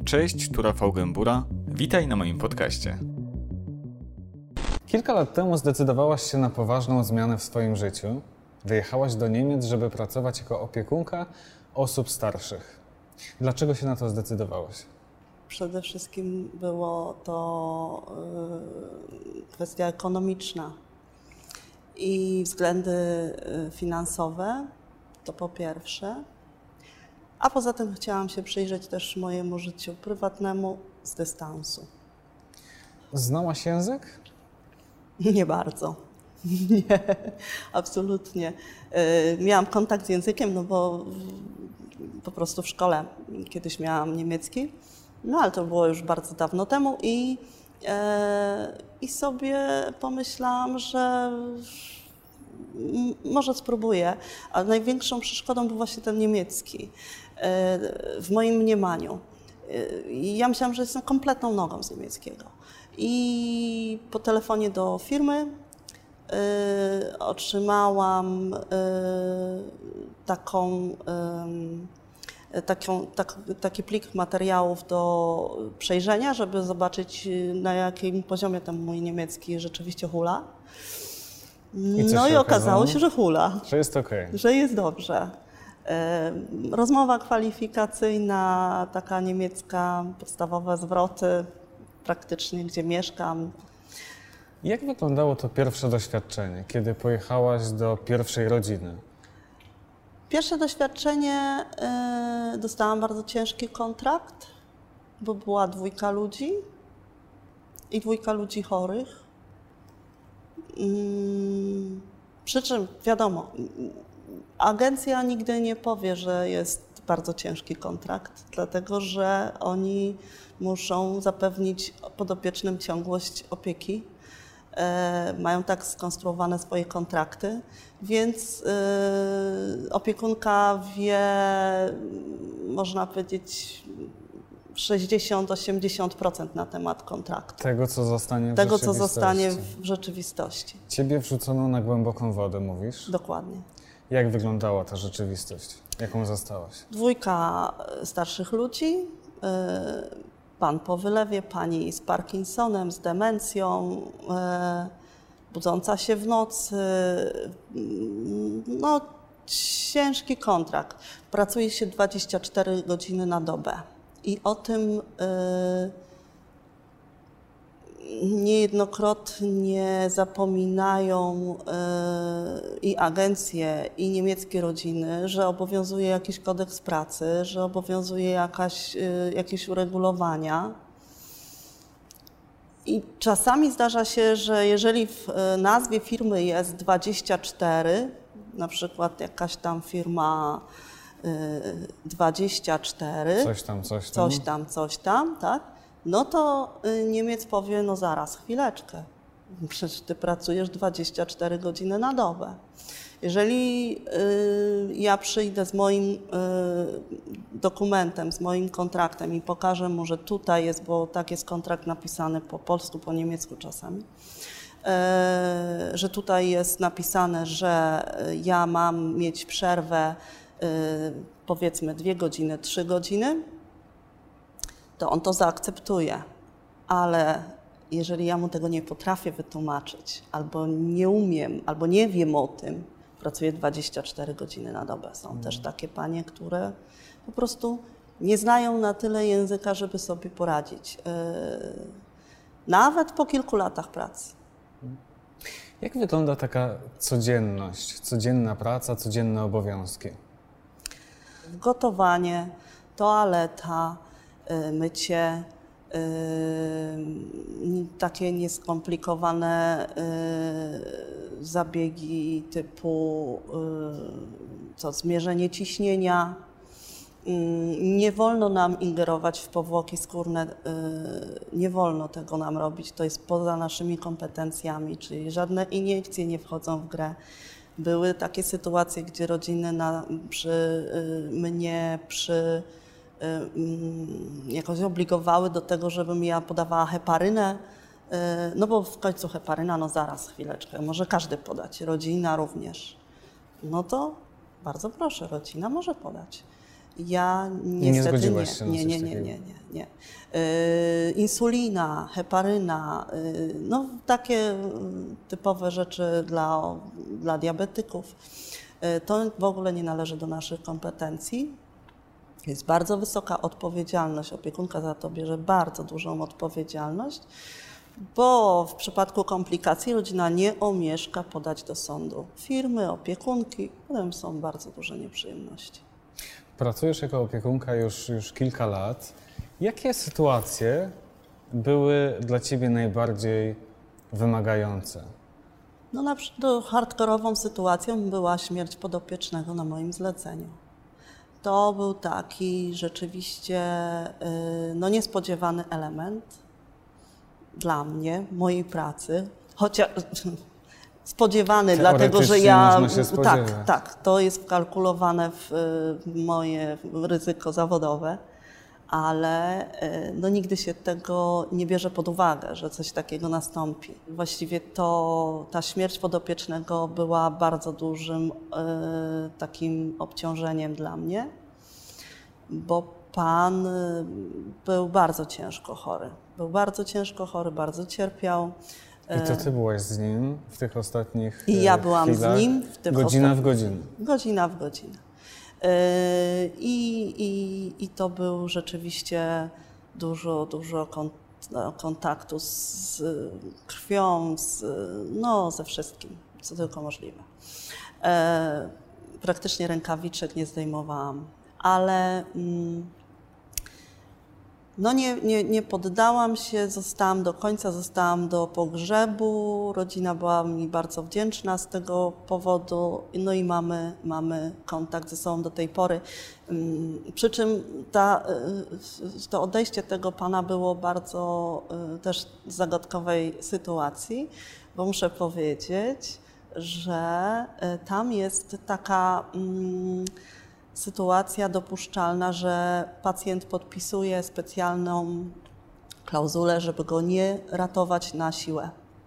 Cześć, tu Rafał Gębura. Witaj na moim podcaście. Kilka lat temu zdecydowałaś się na poważną zmianę w swoim życiu. Wyjechałaś do Niemiec, żeby pracować jako opiekunka osób starszych. Dlaczego się na to zdecydowałaś? Przede wszystkim było to kwestia ekonomiczna i względy finansowe, to po pierwsze. A poza tym chciałam się przyjrzeć też mojemu życiu prywatnemu z dystansu. Znałaś język? Nie bardzo. Nie, absolutnie. Miałam kontakt z językiem, no bo po prostu w szkole kiedyś miałam niemiecki, no ale to było już bardzo dawno temu i sobie pomyślałam, że może spróbuję, a największą przeszkodą był właśnie ten niemiecki w moim mniemaniu. Ja myślałam, że jestem kompletną nogą z niemieckiego. I po telefonie do firmy otrzymałam taki plik materiałów do przejrzenia, żeby zobaczyć, na jakim poziomie ten mój niemiecki rzeczywiście hula. No i okazało się, że hula. Że jest okej. Że jest dobrze. Rozmowa kwalifikacyjna, taka niemiecka, podstawowe zwroty, praktycznie gdzie mieszkam. Jak wyglądało to pierwsze doświadczenie, kiedy pojechałaś do pierwszej rodziny? Pierwsze doświadczenie dostałam bardzo ciężki kontrakt, bo była 2 ludzi i 2 ludzi chorych. Przy czym wiadomo, agencja nigdy nie powie, że jest bardzo ciężki kontrakt, dlatego że oni muszą zapewnić podopiecznym ciągłość opieki. Mają tak skonstruowane swoje kontrakty, więc opiekunka wie, można powiedzieć, 60-80% na temat kontraktu. Tego, co zostanie w Tego, rzeczywistości. co zostanie w rzeczywistości. Ciebie wrzucono na głęboką wodę, mówisz? Dokładnie. Jak wyglądała ta rzeczywistość? Jaką zastałaś? 2 starszych ludzi, pan po wylewie, pani z Parkinsonem, z demencją, budząca się w nocy. No, ciężki kontrakt. Pracuje się 24 godziny na dobę. I o tym niejednokrotnie zapominają i agencje, i niemieckie rodziny, że obowiązuje jakiś kodeks pracy, że obowiązuje jakieś uregulowania. I czasami zdarza się, że jeżeli w nazwie firmy jest 24, na przykład jakaś tam firma 24, coś tam, tak? No to Niemiec powie, no zaraz, chwileczkę, przecież ty pracujesz 24 godziny na dobę. Jeżeli ja przyjdę z moim dokumentem, z moim kontraktem i pokażę mu, że tutaj jest, bo tak jest kontrakt napisany po polsku, po niemiecku czasami, że tutaj jest napisane, że ja mam mieć przerwę powiedzmy 2 godziny, 3 godziny, to on to zaakceptuje, ale jeżeli ja mu tego nie potrafię wytłumaczyć, albo nie umiem, albo nie wiem o tym, pracuję 24 godziny na dobę. Są też takie panie, które po prostu nie znają na tyle języka, żeby sobie poradzić, nawet po kilku latach pracy. Jak wygląda taka codzienność, codzienna praca, codzienne obowiązki? Gotowanie, toaleta, mycie, takie nieskomplikowane zabiegi typu zmierzenie ciśnienia. Nie wolno nam ingerować w powłoki skórne, nie wolno tego nam robić, to jest poza naszymi kompetencjami, czyli żadne iniekcje nie wchodzą w grę. Były takie sytuacje, gdzie rodziny mnie jakoś obligowały do tego, żebym ja podawała heparynę, no bo w końcu heparyna, no zaraz, chwileczkę, może każdy podać, rodzina również. No to bardzo proszę, rodzina może podać. Ja Nie niestety zgodziłaś się na coś nie. Insulina, heparyna, no takie typowe rzeczy dla diabetyków. To w ogóle nie należy do naszych kompetencji. Jest bardzo wysoka odpowiedzialność, opiekunka za to bierze bardzo dużą odpowiedzialność, bo w przypadku komplikacji rodzina nie omieszka podać do sądu firmy, opiekunki, potem są bardzo duże nieprzyjemności. Pracujesz jako opiekunka już kilka lat. Jakie sytuacje były dla Ciebie najbardziej wymagające? No na przykład hardkorową sytuacją była śmierć podopiecznego na moim zleceniu. To był taki rzeczywiście no, niespodziewany element dla mnie, mojej pracy, chociaż spodziewany, dlatego że ja... Można się spodziewać. Tak, to jest wkalkulowane w moje ryzyko zawodowe, ale no, nigdy się tego nie bierze pod uwagę, że coś takiego nastąpi. Właściwie ta śmierć podopiecznego była bardzo dużym takim obciążeniem dla mnie, bo pan był bardzo ciężko chory. Był bardzo ciężko chory, bardzo cierpiał. I to Ty byłaś z nim w tych ostatnich I ja byłam chwilach? z nim w tych Godzina w godzinę. Godzina w godzinę. I to był rzeczywiście dużo kontaktu z krwią, no, ze wszystkim, co tylko możliwe. Praktycznie rękawiczek nie zdejmowałam, ale no nie poddałam się, zostałam do końca, zostałam do pogrzebu. Rodzina była mi bardzo wdzięczna z tego powodu, no i mamy kontakt ze sobą do tej pory. Przy czym to odejście tego pana było bardzo też zagadkowej sytuacji, bo muszę powiedzieć, że tam jest taka sytuacja dopuszczalna, że pacjent podpisuje specjalną klauzulę, żeby go nie ratować na siłę.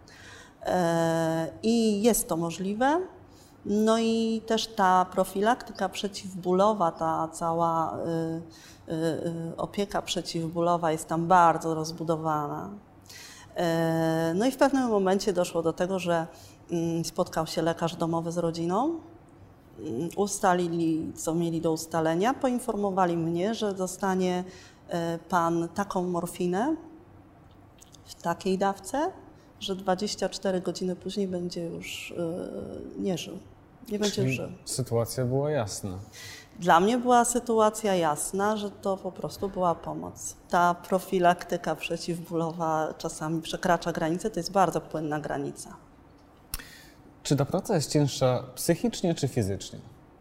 I jest to możliwe. No i też ta profilaktyka przeciwbólowa, ta cała opieka przeciwbólowa jest tam bardzo rozbudowana. No i w pewnym momencie doszło do tego, że spotkał się lekarz domowy z rodziną, ustalili, co mieli do ustalenia, poinformowali mnie, że dostanie pan taką morfinę w takiej dawce, że 24 godziny później będzie już nie żył. Nie będzie już żył. Sytuacja była jasna. Dla mnie była sytuacja jasna, że to po prostu była pomoc. Ta profilaktyka przeciwbólowa czasami przekracza granicę, to jest bardzo płynna granica. Czy ta praca jest cięższa psychicznie czy fizycznie?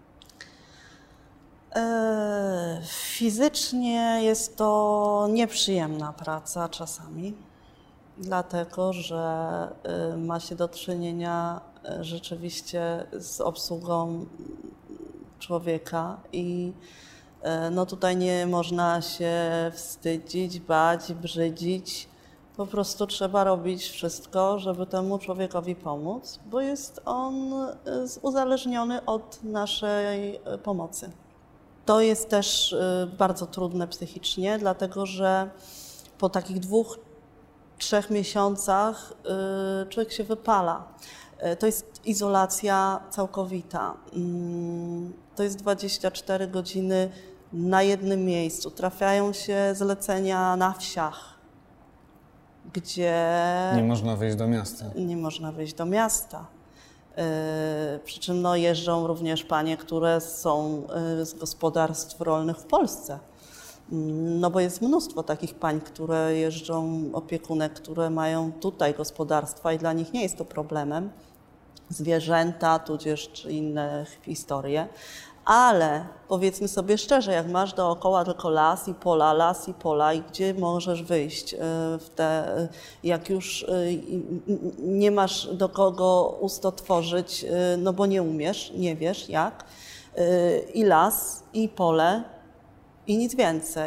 Fizycznie jest to nieprzyjemna praca czasami, dlatego że ma się do czynienia rzeczywiście z obsługą człowieka i no tutaj nie można się wstydzić, bać, brzydzić. Po prostu trzeba robić wszystko, żeby temu człowiekowi pomóc, bo jest on uzależniony od naszej pomocy. To jest też bardzo trudne psychicznie, dlatego że po takich 2-3 miesiącach człowiek się wypala. To jest izolacja całkowita. To jest 24 godziny na jednym miejscu. Trafiają się zlecenia na wsiach, gdzie... Nie można wyjść do miasta. Nie można wyjść do miasta. Przy czym no, jeżdżą również panie, które są z gospodarstw rolnych w Polsce. No bo jest mnóstwo takich pań, które jeżdżą, opiekunek, które mają tutaj gospodarstwa i dla nich nie jest to problemem. Zwierzęta, tudzież czy inne historie. Ale powiedzmy sobie szczerze, jak masz dookoła tylko las i pola i gdzie możesz wyjść w te, jak już nie masz do kogo ust otworzyć, no bo nie umiesz, nie wiesz jak, i las, i pole, i nic więcej.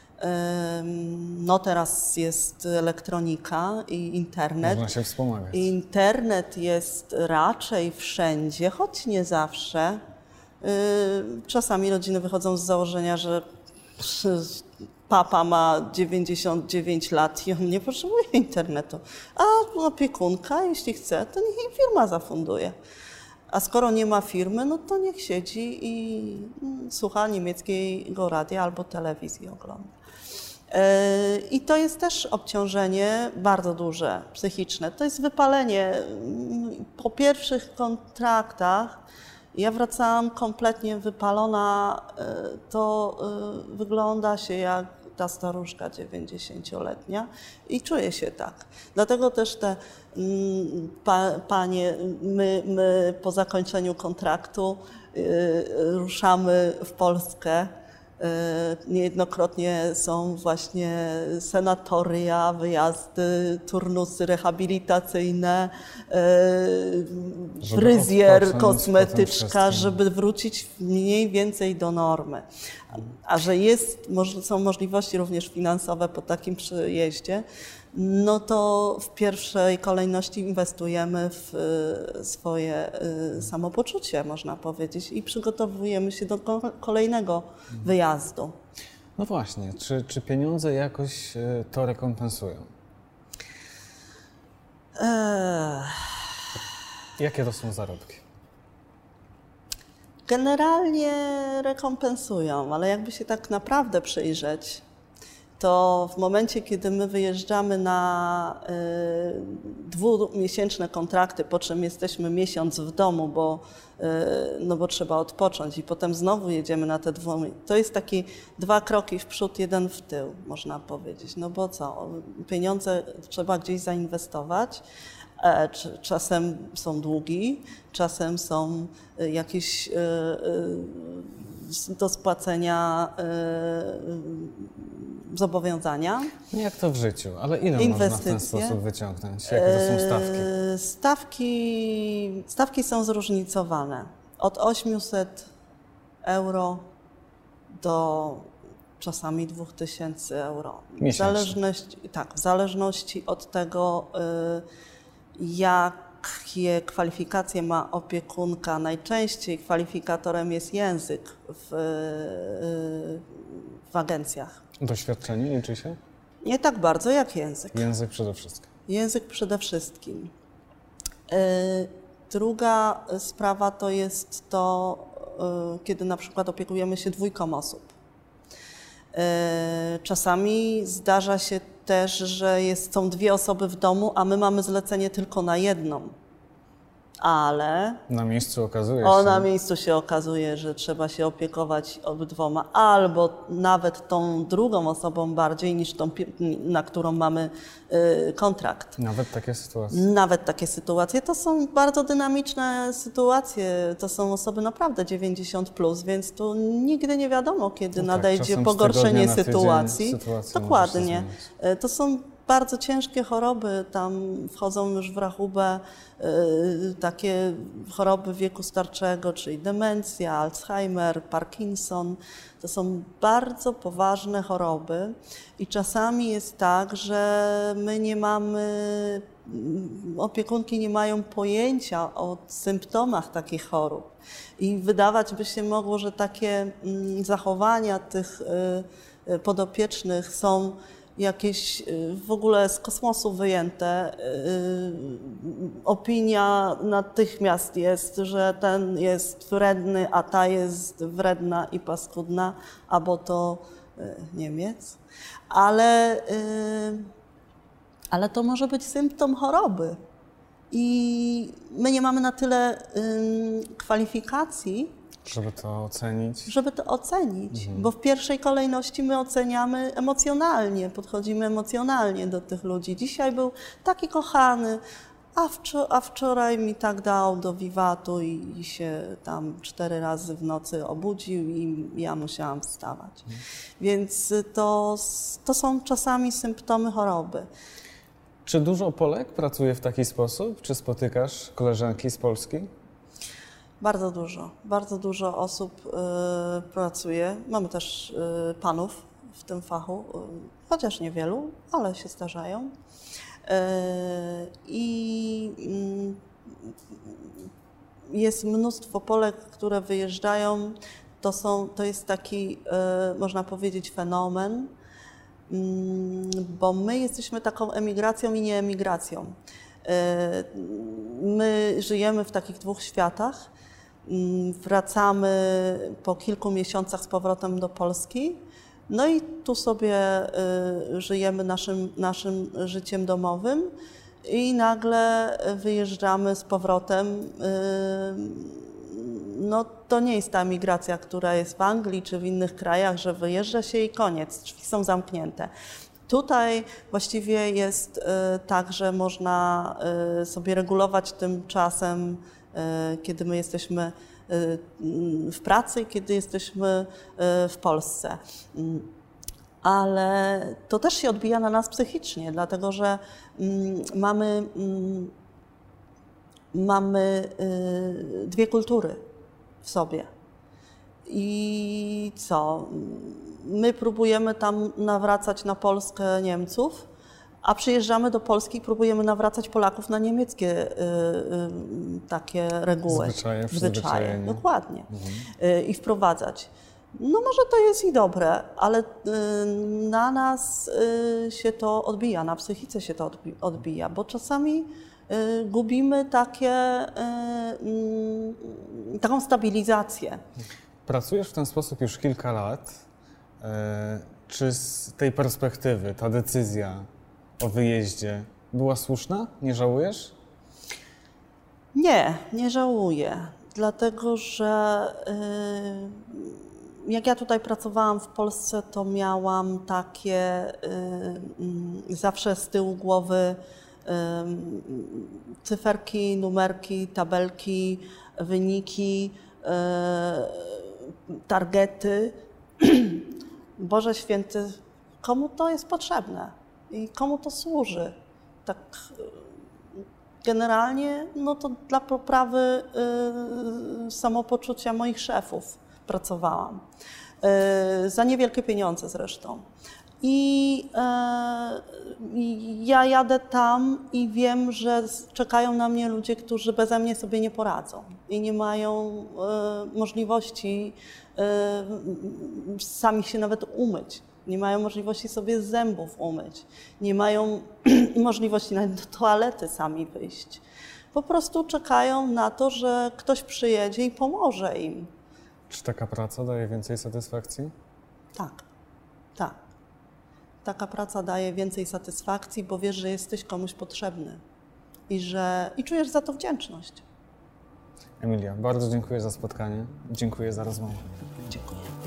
No teraz jest elektronika i internet. Można się wspomagać. Internet jest raczej wszędzie, choć nie zawsze. Czasami rodziny wychodzą z założenia, że papa ma 99 lat i on nie potrzebuje internetu, a opiekunka, jeśli chce, to niech jej firma zafunduje. A skoro nie ma firmy, no to niech siedzi i słucha niemieckiego radia albo telewizji ogląda. I to jest też obciążenie bardzo duże, psychiczne. To jest wypalenie. Po pierwszych kontraktach ja wracałam kompletnie wypalona. To wygląda się jak ta staruszka 90-letnia i czuję się tak. Dlatego też te panie, my po zakończeniu kontraktu ruszamy w Polskę. Niejednokrotnie są właśnie sanatoria, wyjazdy, turnusy rehabilitacyjne, fryzjer, kosmetyczka, żeby wrócić mniej więcej do normy. A że są możliwości również finansowe po takim przyjeździe, no to w pierwszej kolejności inwestujemy w swoje samopoczucie, można powiedzieć, i przygotowujemy się do kolejnego wyjazdu. No właśnie, czy pieniądze jakoś to rekompensują? Jakie to są zarobki? Generalnie rekompensują, ale jakby się tak naprawdę przyjrzeć, to w momencie, kiedy my wyjeżdżamy na dwumiesięczne kontrakty, po czym jesteśmy miesiąc w domu, bo trzeba odpocząć i potem znowu jedziemy na te to jest takie 2 kroki w przód, 1 w tył, można powiedzieć. No bo co, pieniądze trzeba gdzieś zainwestować, czasem są długi, czasem są jakieś do spłacenia zobowiązania. No jak to w życiu, ale ile można w ten sposób wyciągnąć? Jakie to są stawki? Stawki są zróżnicowane. Od 800 euro do czasami 2000 euro. W zależności od tego, jakie kwalifikacje ma opiekunka. Najczęściej kwalifikatorem jest język w agencjach. Doświadczenie liczy się? Nie tak bardzo jak język. Język przede wszystkim. Język przede wszystkim. Druga sprawa to jest to, kiedy na przykład opiekujemy się 2 osób. Czasami zdarza się też, że są 2 osoby w domu, a my mamy zlecenie tylko na 1. Ale na miejscu na miejscu się okazuje, że trzeba się opiekować obydwoma, albo nawet tą drugą osobą bardziej niż tą, na którą mamy kontrakt. Nawet takie sytuacje. Nawet takie sytuacje. To są bardzo dynamiczne sytuacje. To są osoby naprawdę 90+, więc tu nigdy nie wiadomo, kiedy nadejdzie pogorszenie sytuacji. Dokładnie. To są bardzo ciężkie choroby, tam wchodzą już w rachubę takie choroby wieku starczego, czyli demencja, Alzheimer, Parkinson. To są bardzo poważne choroby i czasami jest tak, że my nie mamy, opiekunki nie mają pojęcia o symptomach takich chorób. I wydawać by się mogło, że takie zachowania tych podopiecznych są jakieś w ogóle z kosmosu wyjęte. Opinia natychmiast jest, że ten jest wredny, a ta jest wredna i paskudna, albo to Niemiec. Ale to może być symptom choroby. I my nie mamy na tyle kwalifikacji, żeby to ocenić. Bo w pierwszej kolejności my oceniamy emocjonalnie, podchodzimy emocjonalnie do tych ludzi. Dzisiaj był taki kochany, a wczoraj mi tak dał do wiwatu i się tam 4 razy w nocy obudził i ja musiałam wstawać. Więc to są czasami symptomy choroby. Czy dużo Polek pracuje w taki sposób? Czy spotykasz koleżanki z Polski? Bardzo dużo osób pracuje. Mamy też panów w tym fachu, chociaż niewielu, ale się zdarzają. I jest mnóstwo Polek, które wyjeżdżają. To jest taki, można powiedzieć, fenomen, bo my jesteśmy taką emigracją i nie emigracją. My żyjemy w takich dwóch światach. Wracamy po kilku miesiącach z powrotem do Polski. No i tu sobie żyjemy naszym życiem domowym i nagle wyjeżdżamy z powrotem. No to nie jest ta migracja, która jest w Anglii czy w innych krajach, że wyjeżdża się i koniec, drzwi są zamknięte. Tutaj właściwie jest tak, że można sobie regulować tym czasem, kiedy my jesteśmy w pracy i kiedy jesteśmy w Polsce. Ale to też się odbija na nas psychicznie, dlatego że mamy dwie kultury w sobie. I co? My próbujemy tam nawracać na Polskę Niemców, a przyjeżdżamy do Polski i próbujemy nawracać Polaków na niemieckie takie reguły. Zwyczaje. Dokładnie. I wprowadzać. No może to jest i dobre, ale na nas się to odbija, na psychice się to odbija, bo czasami gubimy taką stabilizację. Pracujesz w ten sposób już kilka lat. Czy z tej perspektywy ta decyzja o wyjeździe była słuszna? Nie żałujesz? Nie żałuję, dlatego że jak ja tutaj pracowałam w Polsce, to miałam takie zawsze z tyłu głowy cyferki, numerki, tabelki, wyniki, targety. Boże Święty, komu to jest potrzebne i komu to służy? Tak generalnie, no to dla poprawy samopoczucia moich szefów pracowałam. Za niewielkie pieniądze zresztą. I ja jadę tam i wiem, że czekają na mnie ludzie, którzy beze mnie sobie nie poradzą i nie mają możliwości sami się nawet umyć. Nie mają możliwości sobie zębów umyć. Nie mają możliwości nawet do toalety sami wyjść. Po prostu czekają na to, że ktoś przyjedzie i pomoże im. Czy taka praca daje więcej satysfakcji? Tak. Taka praca daje więcej satysfakcji, bo wiesz, że jesteś komuś potrzebny i czujesz za to wdzięczność. Emilia, bardzo dziękuję za spotkanie. Dziękuję za rozmowę. Dziękuję.